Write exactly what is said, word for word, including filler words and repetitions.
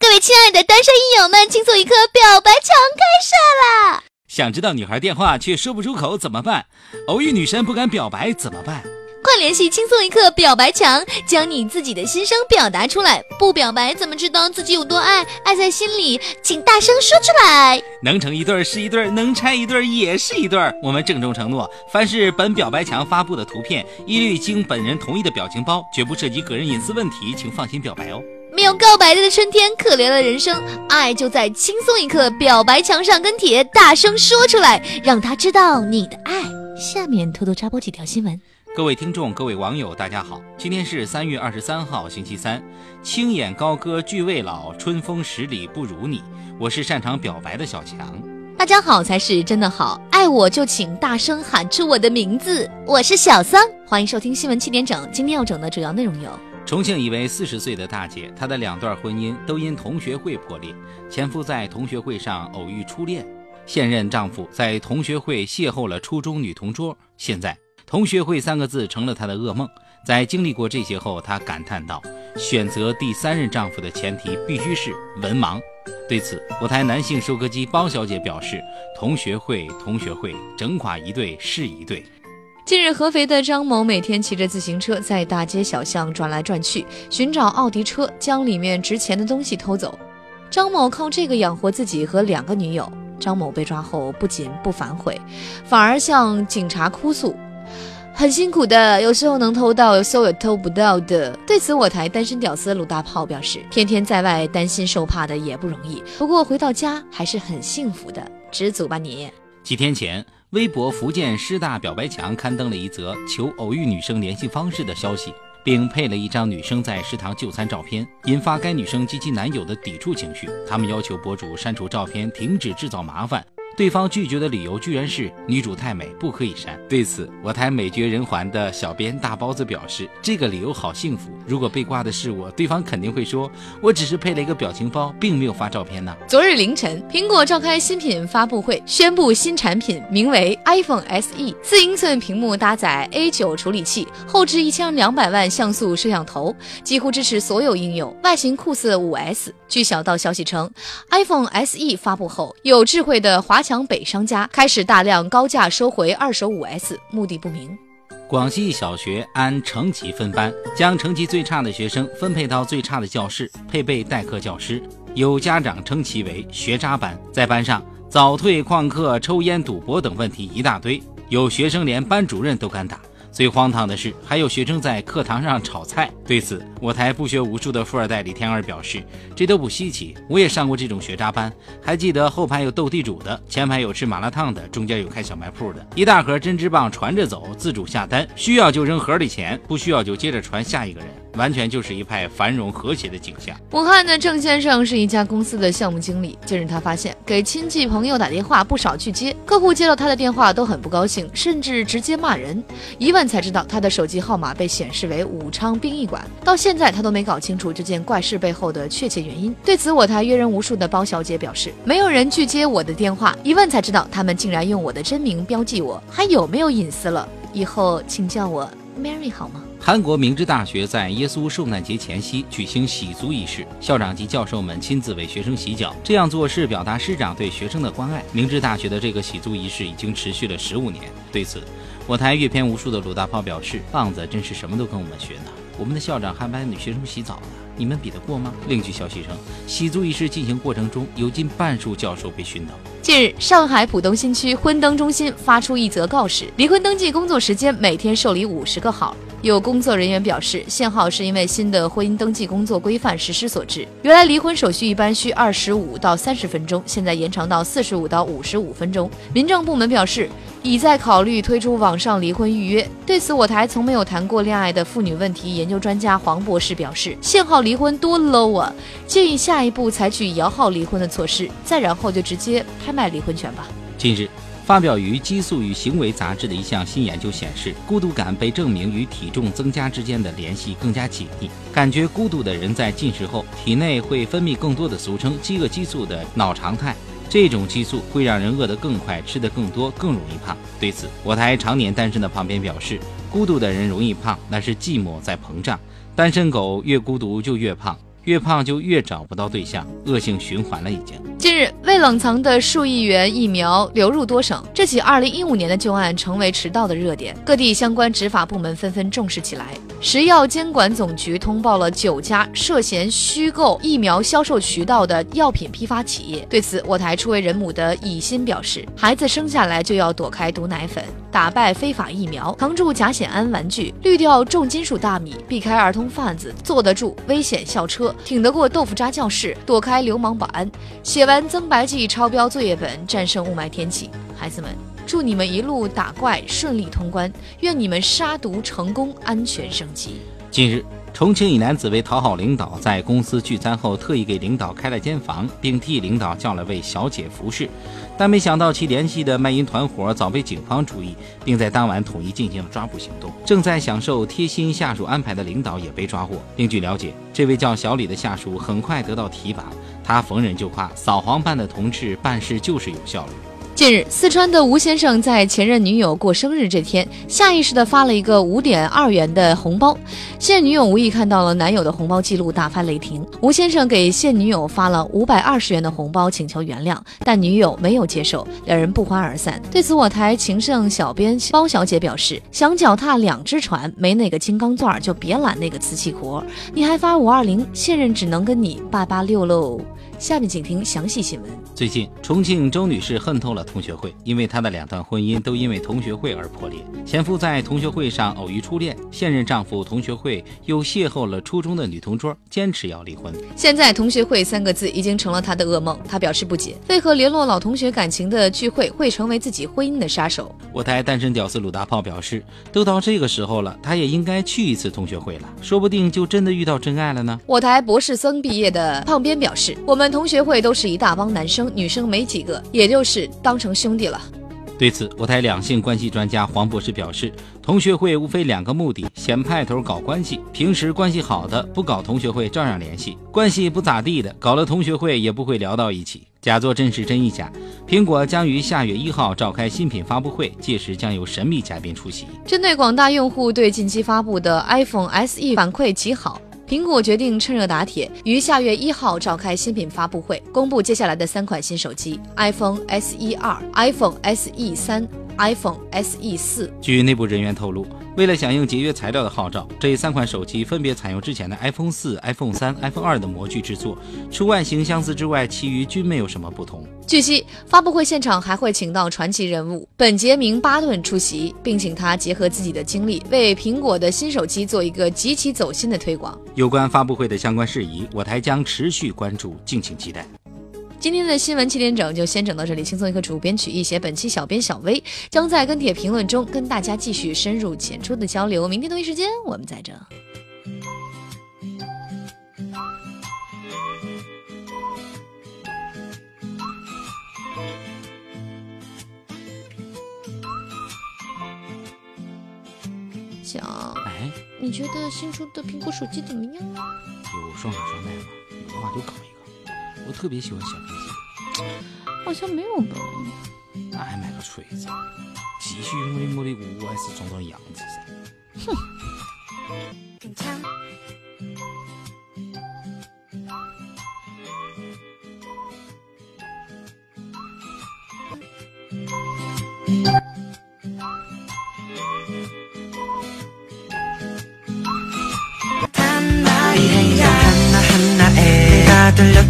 位亲爱的单身益友们，倾诉一刻表白墙开设啦！ 想知道女孩电话却说不出口怎么办？偶遇女神不敢表白怎么办？ 快联系倾诉一刻表白墙，将你自己的心声表达出来。不表白怎么知道自己有多爱？爱在心里，请大声说出来。 能成一对是一对，能拆一对也是一对。我们郑重承诺，凡是本表白墙发布的图片，一律经本人同意的表情包，绝不涉及个人隐私问题，请放心表白哦。 没有告白的春天，可怜的人生，爱就在轻松一刻表白墙上跟帖，大声说出来，让他知道你的爱。下面偷偷插播几条新闻。 各位听众，各位网友，大家好，今天是三月二十三号，星期三。青眼高歌俱未老，春风十里不如你。我是擅长表白的小强。 大家好才是真的好，爱我就请大声喊出我的名字，我是小桑。欢迎收听新闻七点整，今天要整的主要内容有： 重庆一位四十岁的大姐，她的两段婚姻都因同学会破裂。前夫在同学会上偶遇初恋，现任丈夫在同学会邂逅了初中女同桌，现在同学会三个字成了她的噩梦。在经历过这些后，她感叹道，选择第三任丈夫的前提必须是文盲。对此，我台男性收割机包小姐表示，同学会同学会整垮一对是一对。 近日，合肥的张某每天骑着自行车在大街小巷转来转去，寻找奥迪车，将里面值钱的东西偷走。张某靠这个养活自己和两个女友。张某被抓后不仅不反悔，反而向警察哭诉，很辛苦的，有时候能偷到，有时候也偷不到的。对此，我台单身屌丝鲁大炮表示，天天在外担心受怕的也不容易，不过回到家还是很幸福的，知足吧你。 几天前，微博福建师大表白墙刊登了一则求偶遇女生联系方式的消息，并配了一张女生在食堂就餐照片，引发该女生及其男友的抵触情绪。他们要求博主删除照片，停止制造麻烦。对方拒绝的理由居然是女主太美，不可以删。对此，我台美绝人寰的小编大包子表示，这个理由好幸福，如果被挂的是我，对方肯定会说，我只是配了一个表情包，并没有发照片呢。 昨日凌晨，苹果召开新品发布会，宣布新产品名为 iPhone S E， 四英寸屏幕搭载 A 九 处理器，后置一千两百万像素摄像头，几乎支持所有应用，外形酷似 五 S。 据小道消息称， iPhone S E 发布后，有智慧的华强北商家开始大量高价收回二手 五 S， 目的不明。 广西一小学按成绩分班，将成绩最差的学生分配到最差的教室，配备代课教师。有家长称其为学渣班，在班上早退旷课、抽烟赌博等问题一大堆，有学生连班主任都敢打。最荒唐的是，还有学生在课堂上炒菜。对此，我台不学无术的富二代李天二表示，这都不稀奇，我也上过这种学渣班，还记得后排有斗地主的，前排有吃麻辣烫的，中间有开小卖铺的，一大盒针织棒传着走，自主下单，需要就扔盒里钱，不需要就接着传下一个人，完全就是一派繁荣和谐的景象。 武汉的郑先生是一家公司的项目经理，近日他发现给亲戚朋友打电话不少拒接，客户接到他的电话都很不高兴，甚至直接骂人。一问才知道他的手机号码被显示为武昌殡仪馆，到现在他都没搞清楚这件怪事背后的确切原因。对此，我台阅人无数的包小姐表示，没有人拒接我的电话，一问才知道他们竟然用我的真名标记我，还有没有隐私了？以后请叫我 Mary 好吗？ 韩国明治大学在耶稣圣诞节前夕举行洗足仪式，校长及教授们亲自为学生洗脚，这样做是表达师长对学生的关爱。明治大学的这个洗足仪式已经持续了十五年。对此，我台阅片无数的鲁大炮表示，棒子真是什么都跟我们学呢，我们的校长还帮女学生洗澡呢，你们比得过吗？另据消息称，洗足仪式进行过程中有近半数教授被熏倒。 近日，上海浦东新区婚登中心发出一则告示，离婚登记工作时间每天受理五十个号。有工作人员表示，限号是因为新的婚姻登记工作规范实施所致。原来离婚手续一般需二十五到三十分钟，现在延长到四十五到五十五分钟。民政部门表示，已在考虑推出网上离婚预约。对此，我台从没有谈过恋爱的妇女问题研究专家黄博士表示，限号离婚多 low 啊，建议下一步采取摇号离婚的措施，再然后就直接拍卖离婚权吧。 近日，发表于《激素与行为》杂志的一项新研究显示，孤独感被证明与体重增加之间的联系更加紧密。感觉孤独的人在进食后，体内会分泌更多的俗称饥饿激素的脑常态，这种激素会让人饿得更快，吃得更多，更容易胖。对此，我台常年单身的旁边表示，孤独的人容易胖，那是寂寞在膨胀，单身狗越孤独就越胖。 越胖就越找不到对象，恶性循环了已经。 近日，未冷藏的数亿元疫苗流入多省，这起二零一五年的旧案成为迟到的热点，各地相关执法部门纷纷重视起来。食药监管总局通报了九家涉嫌虚构疫苗销售渠道的药品批发企业。对此，我台初为人母的以心表示，孩子生下来就要躲开毒奶粉，打败非法疫苗，扛住甲酰胺玩具，滤掉重金属大米，避开儿童贩子，坐得住危险校车，挺得过豆腐渣教室，躲开流氓保安，写完增白剂超标作业本，战胜雾霾天气。孩子们，祝你们一路打怪顺利通关，愿你们杀毒成功，安全升级。 近日，重庆一男子为讨好领导，在公司聚餐后特意给领导开了间房，并替领导叫了位小姐服侍，但没想到其联系的卖淫团伙早被警方注意，并在当晚统一进行了抓捕行动。正在享受贴心下属安排的领导也被抓获。并据了解，这位叫小李的下属很快得到提拔，他逢人就夸扫黄办的同志办事就是有效率。 近日，四川的吴先生在前任女友过生日这天，下意识地发了一个五点二元的红包。现女友无意看到了男友的红包记录，大发雷霆。吴先生给现女友发了五百二十元的红包，请求原谅，但女友没有接受，两人不欢而散。对此，我台情圣小编包小姐表示，想脚踏两只船，没那个金刚钻就别揽那个瓷器活，你还发五二零，现任只能跟你八八六喽。下面请听详细新闻。 最近，重庆周女士恨透了同学会，因为她的两段婚姻都因为同学会而破裂。前夫在同学会上偶遇初恋，现任丈夫同学会又邂逅了初中的女同桌，坚持要离婚。 现在同学会三个字已经成了他的噩梦，他表示不解，为何联络老同学感情的聚会会成为自己婚姻的杀手？ 我台单身屌丝鲁大炮表示，都到这个时候了，他也应该去一次同学会了，说不定就真的遇到真爱了呢。 我台博士生毕业的胖编表示，我们同学会都是一大帮男生，女生没几个，也就是当成兄弟了。 对此，我台两性关系专家黄博士表示，同学会无非两个目的，显派头搞关系，平时关系好的不搞同学会照样联系，关系不咋地的搞了同学会也不会聊到一起。假作真是真亦假，苹果将于下月一号召开新品发布会，届时将有神秘嘉宾出席。 针对广大用户对近期发布的 iPhone S E 反馈极好，苹果决定趁热打铁，于下月一号召开新品发布会，公布接下来的三款新手机 iPhone S E 二、iPhone S E 三、iPhone S E 四。 据内部人员透露，为了响应节约材料的号召，这三款手机分别采用之前的 iPhone 四、iPhone 三、iPhone 二的模具制作，除外形相似之外，其余均没有什么不同。 据悉，发布会现场还会请到传奇人物本杰明·巴顿出席，并请他结合自己的经历，为苹果的新手机做一个极其走心的推广。 有关发布会的相关事宜，我台将持续关注，敬请期待。 今天的新闻七点整就先整到这里，轻松一刻主编曲艺写，本期小编小薇将在跟帖评论中跟大家继续深入浅出的交流。明天同一时间我们在这。小， 哎， 你觉得新出的苹果手机怎么样啊？ 有双卡双待吗？有的话就搞一个。我特别喜欢小屏机， 好像没有吧？ 那还买个锤子？继续用你我的五 S 装装样子噻。哼。하나하나에 다 들려